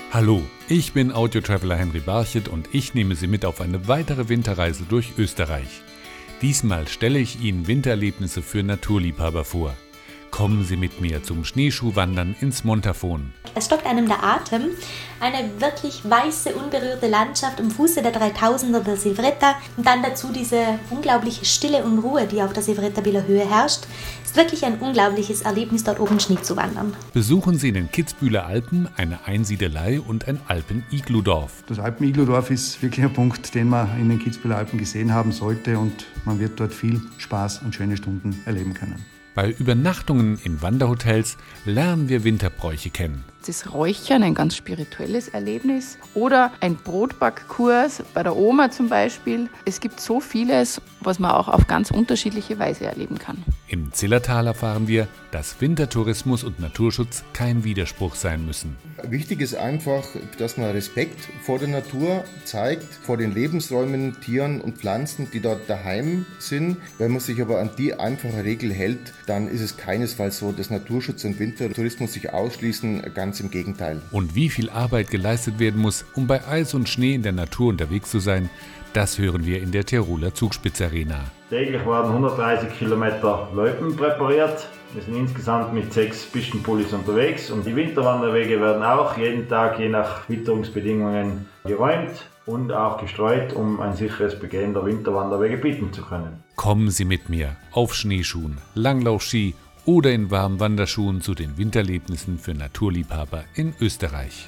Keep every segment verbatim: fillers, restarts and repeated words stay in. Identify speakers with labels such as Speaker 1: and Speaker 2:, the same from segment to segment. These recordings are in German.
Speaker 1: Hallo, ich bin Audio-Traveler Henry Barchet und ich nehme Sie mit auf eine weitere Winterreise durch Österreich. Diesmal stelle ich Ihnen Wintererlebnisse für Naturliebhaber vor. Kommen Sie mit mir zum Schneeschuhwandern ins Montafon.
Speaker 2: Es stockt einem der Atem. Eine wirklich weiße, unberührte Landschaft am Fuße der dreitausender der Silvretta und dann dazu diese unglaubliche Stille und Ruhe, die auf der Silvretta-Bieler Höhe herrscht. Es ist wirklich ein unglaubliches Erlebnis, dort oben Schnee zu wandern.
Speaker 1: Besuchen Sie in den Kitzbüheler Alpen eine Einsiedelei und ein Alpen-Igludorf.
Speaker 3: Das Alpen-Igludorf ist wirklich ein Punkt, den man in den Kitzbüheler Alpen gesehen haben sollte und man wird dort viel Spaß und schöne Stunden erleben können.
Speaker 1: Bei Übernachtungen in Wanderhotels lernen wir Winterbräuche kennen.
Speaker 4: Das Räuchern, ein ganz spirituelles Erlebnis. Oder ein Brotbackkurs bei der Oma zum Beispiel. Es gibt so vieles, was man auch auf ganz unterschiedliche Weise erleben kann.
Speaker 1: Im Zillertal erfahren wir, dass Wintertourismus und Naturschutz kein Widerspruch sein müssen.
Speaker 5: Wichtig ist einfach, dass man Respekt vor der Natur zeigt, vor den Lebensräumen, Tieren und Pflanzen, die dort daheim sind. Wenn man sich aber an die einfache Regel hält, dann ist es keinesfalls so, dass Naturschutz und Wintertourismus sich ausschließen, ganz im Gegenteil.
Speaker 1: Und wie viel Arbeit geleistet werden muss, um bei Eis und Schnee in der Natur unterwegs zu sein, das hören wir in der Tiroler Zugspitzarena.
Speaker 6: Täglich werden hundertdreißig Kilometer Loipen präpariert. Wir sind insgesamt mit sechs Pistenpullis unterwegs und die Winterwanderwege werden auch jeden Tag je nach Witterungsbedingungen geräumt und auch gestreut, um ein sicheres Begehen der Winterwanderwege bieten zu können.
Speaker 1: Kommen Sie mit mir auf Schneeschuhen, Langlaufski oder in warmen Wanderschuhen zu den Wintererlebnissen für Naturliebhaber in Österreich.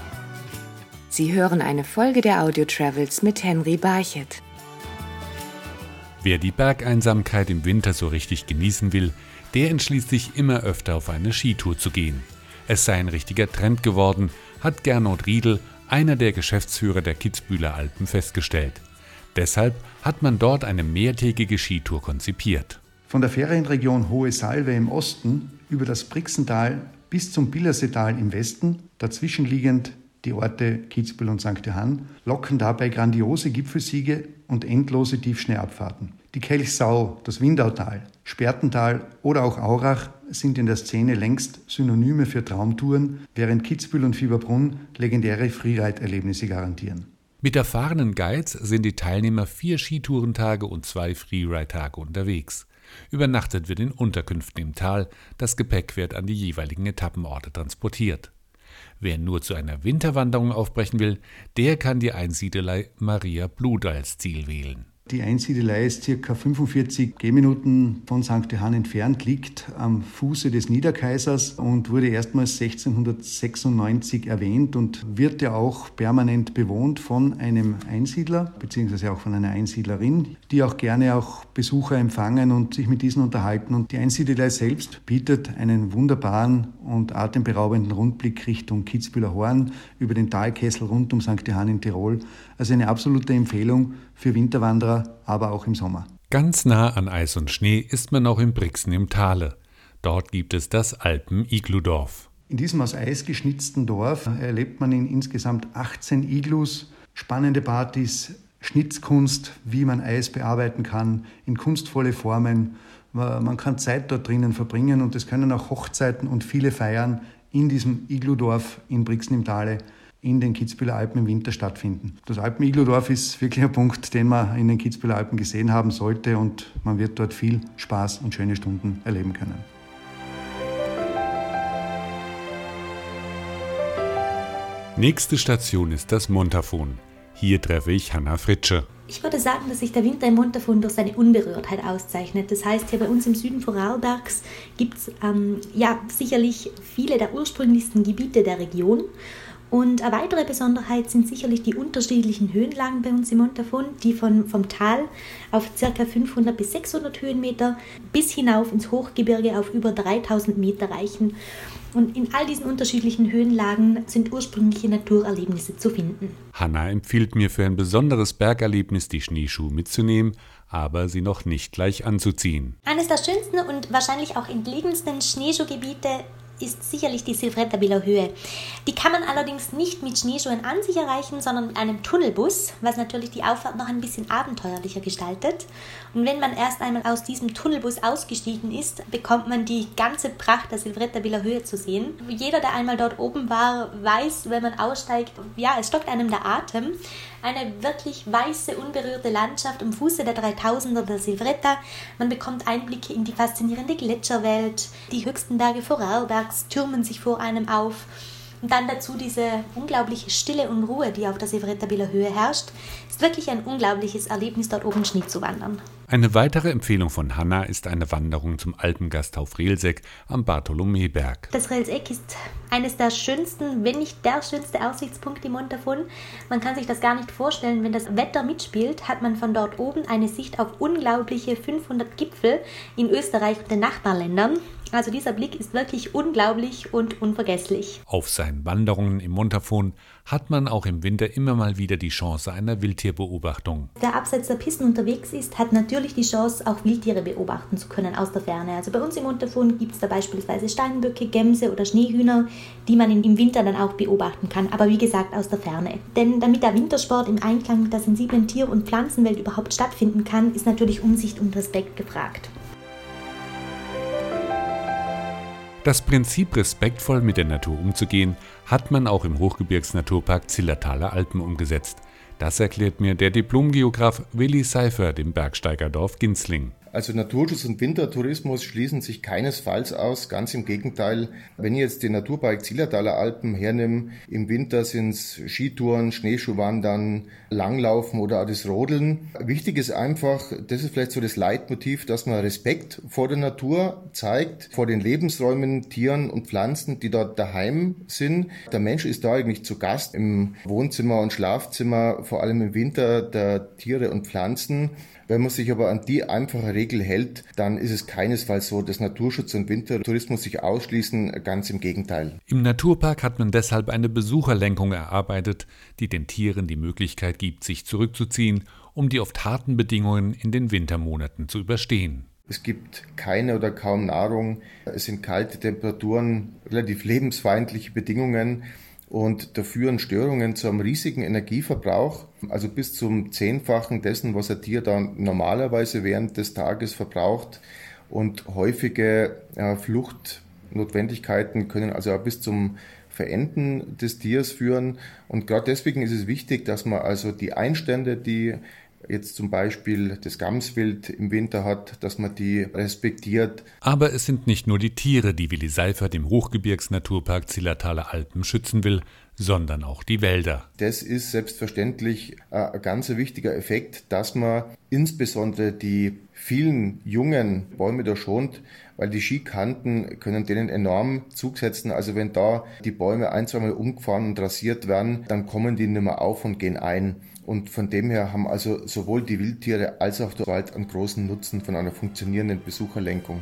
Speaker 7: Sie hören eine Folge der Audio Travels mit Henry Barchet.
Speaker 1: Wer die Bergeinsamkeit im Winter so richtig genießen will, der entschließt sich immer öfter auf eine Skitour zu gehen. Es sei ein richtiger Trend geworden, hat Gernot Riedl, einer der Geschäftsführer der Kitzbüheler Alpen, festgestellt. Deshalb hat man dort eine mehrtägige Skitour konzipiert.
Speaker 3: Von der Ferienregion Hohe Salve im Osten über das Brixental bis zum Billerseetal im Westen, dazwischen liegend die Orte Kitzbühel und Sankt Johann, locken dabei grandiose Gipfelsiege und endlose Tiefschneeabfahrten. Die Kelchsau, das Windautal, Spertental oder auch Aurach sind in der Szene längst Synonyme für Traumtouren, während Kitzbühel und Fieberbrunn legendäre Freeride-Erlebnisse garantieren.
Speaker 1: Mit erfahrenen Guides sind die Teilnehmer vier Skitourentage und zwei Freeride-Tage unterwegs. Übernachtet wird in Unterkünften im Tal, das Gepäck wird an die jeweiligen Etappenorte transportiert. Wer nur zu einer Winterwanderung aufbrechen will, der kann die Einsiedelei Maria Blut als Ziel wählen.
Speaker 3: Die Einsiedelei ist ca. fünfundvierzig Gehminuten von Sankt Johann entfernt, liegt am Fuße des Niederkaisers und wurde erstmals sechzehnhundertsechsundneunzig erwähnt und wird ja auch permanent bewohnt von einem Einsiedler bzw. auch von einer Einsiedlerin, die auch gerne auch Besucher empfangen und sich mit diesen unterhalten. Und die Einsiedelei selbst bietet einen wunderbaren und atemberaubenden Rundblick Richtung Kitzbüheler Horn über den Talkessel rund um Sankt Johann in Tirol. Also eine absolute Empfehlung für Winterwanderer, aber auch im Sommer.
Speaker 1: Ganz nah an Eis und Schnee ist man auch in Brixen im Tale. Dort gibt es das Alpen-Igludorf.
Speaker 3: In diesem aus Eis geschnitzten Dorf erlebt man in insgesamt achtzehn Iglus, spannende Partys, Schnitzkunst, wie man Eis bearbeiten kann, in kunstvolle Formen. Man kann Zeit dort drinnen verbringen und es können auch Hochzeiten und viele Feiern in diesem Igludorf in Brixen im Tale in den Kitzbüheler Alpen im Winter stattfinden. Das Alpen-Igludorf ist wirklich ein Punkt, den man in den Kitzbüheler Alpen gesehen haben sollte und man wird dort viel Spaß und schöne Stunden erleben können.
Speaker 1: Nächste Station ist das Montafon. Hier treffe ich Hanna Fritsche.
Speaker 2: Ich würde sagen, dass sich der Winter im Montafon durch seine Unberührtheit auszeichnet. Das heißt, hier bei uns im Süden Vorarlbergs gibt es ähm, ja, sicherlich viele der ursprünglichsten Gebiete der Region. Und eine weitere Besonderheit sind sicherlich die unterschiedlichen Höhenlagen bei uns im Montafon, die von, vom Tal auf ca. fünfhundert bis sechshundert Höhenmeter bis hinauf ins Hochgebirge auf über dreitausend Meter reichen. Und in all diesen unterschiedlichen Höhenlagen sind ursprüngliche Naturerlebnisse zu finden.
Speaker 1: Hanna empfiehlt mir für ein besonderes Bergerlebnis die Schneeschuhe mitzunehmen, aber sie noch nicht gleich anzuziehen.
Speaker 2: Eines der schönsten und wahrscheinlich auch entlegensten Schneeschuhgebiete ist sicherlich die Silvretta-Biller Höhe. Die kann man allerdings nicht mit Schneeschuhen an sich erreichen, sondern mit einem Tunnelbus, was natürlich die Auffahrt noch ein bisschen abenteuerlicher gestaltet. Und wenn man erst einmal aus diesem Tunnelbus ausgestiegen ist, bekommt man die ganze Pracht der Silvretta-Biller Höhe zu sehen. Jeder, der einmal dort oben war, weiß, wenn man aussteigt, ja, es stockt einem der Atem. Eine wirklich weiße, unberührte Landschaft am Fuße der dreitausender der Silvretta. Man bekommt Einblicke in die faszinierende Gletscherwelt. Die höchsten Berge Vorarlbergs türmen sich vor einem auf. Und dann dazu diese unglaubliche Stille und Ruhe, die auf der Silvretta-Biller Höhe herrscht. Es ist wirklich ein unglaubliches Erlebnis, dort oben Schnee zu wandern.
Speaker 1: Eine weitere Empfehlung von Hanna ist eine Wanderung zum Alpengasthaus Rehlseck am Bartholomäberg.
Speaker 2: Das Rehlseck ist eines der schönsten, wenn nicht der schönste Aussichtspunkt im Montafon. Man kann sich das gar nicht vorstellen. Wenn das Wetter mitspielt, hat man von dort oben eine Sicht auf unglaubliche fünfhundert Gipfel in Österreich und den Nachbarländern. Also dieser Blick ist wirklich unglaublich und unvergesslich.
Speaker 1: Auf seinen Wanderungen im Montafon hat man auch im Winter immer mal wieder die Chance einer Wildtierbeobachtung.
Speaker 2: Wer abseits der Pisten unterwegs ist, hat natürlich die Chance, auch Wildtiere beobachten zu können aus der Ferne. Also bei uns im Montafon gibt es da beispielsweise Steinböcke, Gämse oder Schneehühner, die man im Winter dann auch beobachten kann, aber wie gesagt aus der Ferne. Denn damit der Wintersport im Einklang mit der sensiblen Tier- und Pflanzenwelt überhaupt stattfinden kann, ist natürlich Umsicht und Respekt gefragt.
Speaker 1: Das Prinzip, respektvoll mit der Natur umzugehen, hat man auch im Hochgebirgsnaturpark Zillertaler Alpen umgesetzt. Das erklärt mir der Diplomgeograf Willi Seifert im Bergsteigerdorf Ginzling.
Speaker 5: Also Naturschutz und Wintertourismus schließen sich keinesfalls aus, ganz im Gegenteil. Wenn ich jetzt den Naturpark Zillertaler Alpen hernehme, im Winter sind es Skitouren, Schneeschuhwandern, Langlaufen oder auch das Rodeln. Wichtig ist einfach, das ist vielleicht so das Leitmotiv, dass man Respekt vor der Natur zeigt, vor den Lebensräumen, Tieren und Pflanzen, die dort daheim sind. Der Mensch ist da eigentlich zu Gast im Wohnzimmer und Schlafzimmer, vor allem im Winter der Tiere und Pflanzen. Wenn man sich aber an die einfache Regel hält, dann ist es keinesfalls so, dass Naturschutz und Wintertourismus sich ausschließen, ganz im Gegenteil.
Speaker 1: Im Naturpark hat man deshalb eine Besucherlenkung erarbeitet, die den Tieren die Möglichkeit gibt, sich zurückzuziehen, um die oft harten Bedingungen in den Wintermonaten zu überstehen.
Speaker 5: Es gibt keine oder kaum Nahrung, es sind kalte Temperaturen, relativ lebensfeindliche Bedingungen. Und da führen Störungen zu einem riesigen Energieverbrauch, also bis zum Zehnfachen dessen, was ein Tier dann normalerweise während des Tages verbraucht. Und häufige äh, Fluchtnotwendigkeiten können also auch bis zum Verenden des Tiers führen. Und gerade deswegen ist es wichtig, dass man also die Einstände, die jetzt zum Beispiel das Gamswild im Winter hat, dass man die respektiert.
Speaker 1: Aber es sind nicht nur die Tiere, die Willi Seifert im Hochgebirgsnaturpark Zillertaler Alpen schützen will, sondern auch die Wälder.
Speaker 5: Das ist selbstverständlich ein ganz wichtiger Effekt, dass man insbesondere die vielen jungen Bäume da schont, weil die Skikanten können denen enorm Zug setzen. Also wenn da die Bäume ein, zweimal umgefahren und rasiert werden, dann kommen die nicht mehr auf und gehen ein. Und von dem her haben also sowohl die Wildtiere als auch der Wald einen großen Nutzen von einer funktionierenden Besucherlenkung.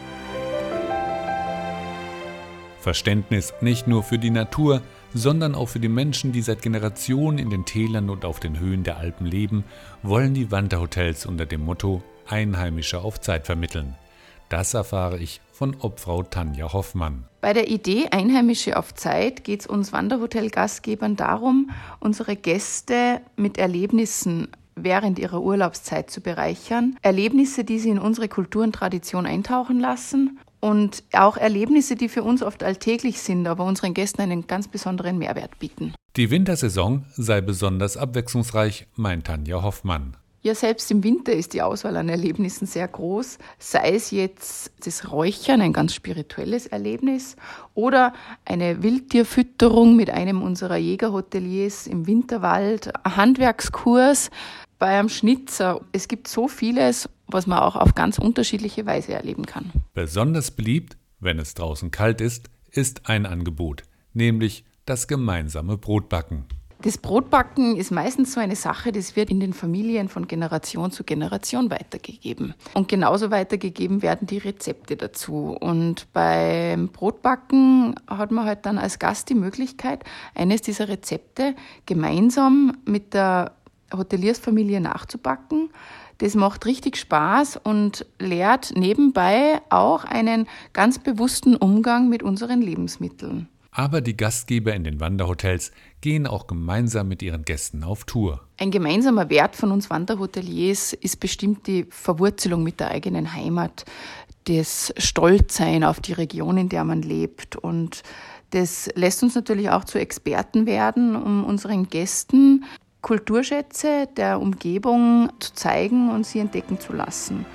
Speaker 1: Verständnis nicht nur für die Natur, sondern auch für die Menschen, die seit Generationen in den Tälern und auf den Höhen der Alpen leben, wollen die Wanderhotels unter dem Motto Einheimische auf Zeit vermitteln. Das erfahre ich von Obfrau Tanja Hoffmann.
Speaker 4: Bei der Idee Einheimische auf Zeit geht es uns Wanderhotel-Gastgebern darum, unsere Gäste mit Erlebnissen während ihrer Urlaubszeit zu bereichern. Erlebnisse, die sie in unsere Kultur und Tradition eintauchen lassen und auch Erlebnisse, die für uns oft alltäglich sind, aber unseren Gästen einen ganz besonderen Mehrwert bieten.
Speaker 1: Die Wintersaison sei besonders abwechslungsreich, meint Tanja Hoffmann.
Speaker 4: Ja, selbst im Winter ist die Auswahl an Erlebnissen sehr groß, sei es jetzt das Räuchern, ein ganz spirituelles Erlebnis, oder eine Wildtierfütterung mit einem unserer Jägerhoteliers im Winterwald, ein Handwerkskurs bei einem Schnitzer. Es gibt so vieles, was man auch auf ganz unterschiedliche Weise erleben kann.
Speaker 1: Besonders beliebt, wenn es draußen kalt ist, ist ein Angebot, nämlich das gemeinsame Brotbacken.
Speaker 4: Das Brotbacken ist meistens so eine Sache, das wird in den Familien von Generation zu Generation weitergegeben. Und genauso weitergegeben werden die Rezepte dazu. Und beim Brotbacken hat man halt dann als Gast die Möglichkeit, eines dieser Rezepte gemeinsam mit der Hoteliersfamilie nachzubacken. Das macht richtig Spaß und lehrt nebenbei auch einen ganz bewussten Umgang mit unseren Lebensmitteln.
Speaker 1: Aber die Gastgeber in den Wanderhotels gehen auch gemeinsam mit ihren Gästen auf Tour.
Speaker 4: Ein gemeinsamer Wert von uns Wanderhoteliers ist bestimmt die Verwurzelung mit der eigenen Heimat, das Stolzsein auf die Region, in der man lebt. Und das lässt uns natürlich auch zu Experten werden, um unseren Gästen Kulturschätze der Umgebung zu zeigen und sie entdecken zu lassen.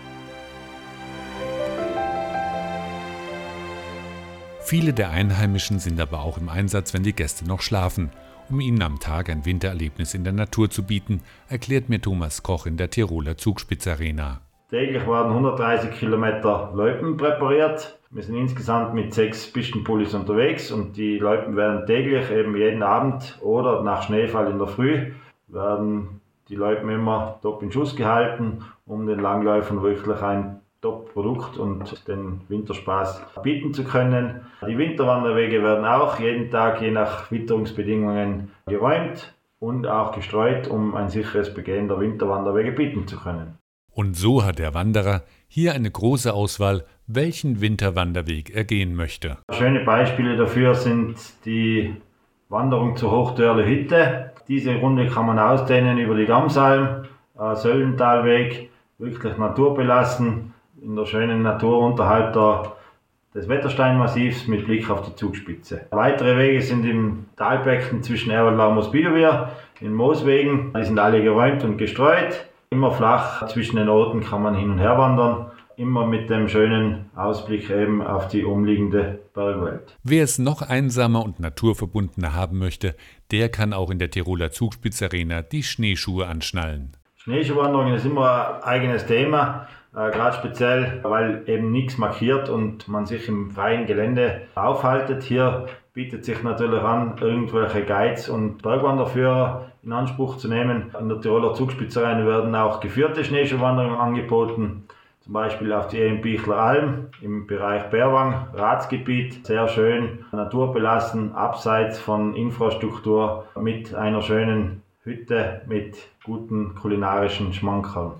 Speaker 1: Viele der Einheimischen sind aber auch im Einsatz, wenn die Gäste noch schlafen, um ihnen am Tag ein Wintererlebnis in der Natur zu bieten, erklärt mir Thomas Koch in der Tiroler Zugspitzarena.
Speaker 6: Täglich werden hundertdreißig Kilometer Loipen präpariert. Wir sind insgesamt mit sechs Pistenpullis unterwegs und die Loipen werden täglich, eben jeden Abend oder nach Schneefall in der Früh, werden die Loipen immer top in Schuss gehalten, um den Langläufern wirklich ein Top-Produkt und den Winterspaß bieten zu können. Die Winterwanderwege werden auch jeden Tag je nach Witterungsbedingungen geräumt und auch gestreut, um ein sicheres Begehen der Winterwanderwege bieten zu können.
Speaker 1: Und so hat der Wanderer hier eine große Auswahl, welchen Winterwanderweg er gehen möchte.
Speaker 6: Schöne Beispiele dafür sind die Wanderung zur Hochtörle Hütte. Diese Runde kann man ausdehnen über die Gamsalm, äh, Söllentalweg, wirklich naturbelassen, in der schönen Natur unterhalb der, des Wettersteinmassivs mit Blick auf die Zugspitze. Weitere Wege sind im Talbecken zwischen Erwaldlaum und Bierwehr, in Mooswegen. Die sind alle geräumt und gestreut. Immer flach zwischen den Orten kann man hin und her wandern. Immer mit dem schönen Ausblick eben auf die umliegende Bergwelt.
Speaker 1: Wer es noch einsamer und naturverbundener haben möchte, der kann auch in der Tiroler Zugspitzarena die Schneeschuhe anschnallen.
Speaker 6: Schneeschuhwanderung ist immer ein eigenes Thema, äh, gerade speziell, weil eben nichts markiert und man sich im freien Gelände aufhaltet. Hier bietet sich natürlich an, irgendwelche Guides und Bergwanderführer in Anspruch zu nehmen. In der Tiroler Zugspitzarena werden auch geführte Schneeschuhwanderungen angeboten, zum Beispiel auf die Ehenbichler Alm im Bereich Berwang, Ratsgebiet, sehr schön, naturbelassen, abseits von Infrastruktur, mit einer schönen Hütte mit guten kulinarischen Schmankerln.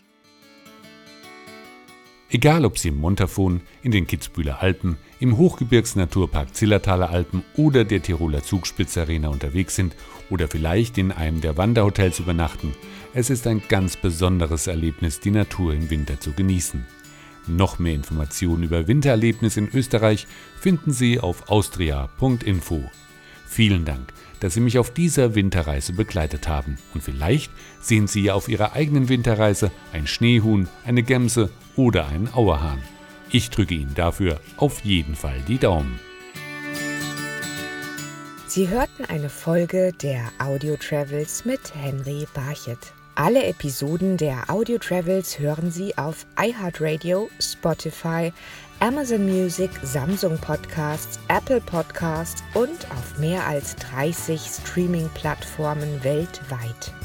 Speaker 1: Egal ob Sie im Montafon, in den Kitzbüheler Alpen, im Hochgebirgsnaturpark Zillertaler Alpen oder der Tiroler Zugspitzarena unterwegs sind oder vielleicht in einem der Wanderhotels übernachten, es ist ein ganz besonderes Erlebnis, die Natur im Winter zu genießen. Noch mehr Informationen über Wintererlebnisse in Österreich finden Sie auf austria punkt info. Vielen Dank, dass Sie mich auf dieser Winterreise begleitet haben. Und vielleicht sehen Sie ja auf Ihrer eigenen Winterreise ein Schneehuhn, eine Gemse oder einen Auerhahn. Ich drücke Ihnen dafür auf jeden Fall die Daumen.
Speaker 7: Sie hörten eine Folge der Audio Travels mit Henry Barchet. Alle Episoden der Audio Travels hören Sie auf iHeartRadio, Spotify, Amazon Music, Samsung Podcasts, Apple Podcasts und auf mehr als dreißig Streaming-Plattformen weltweit.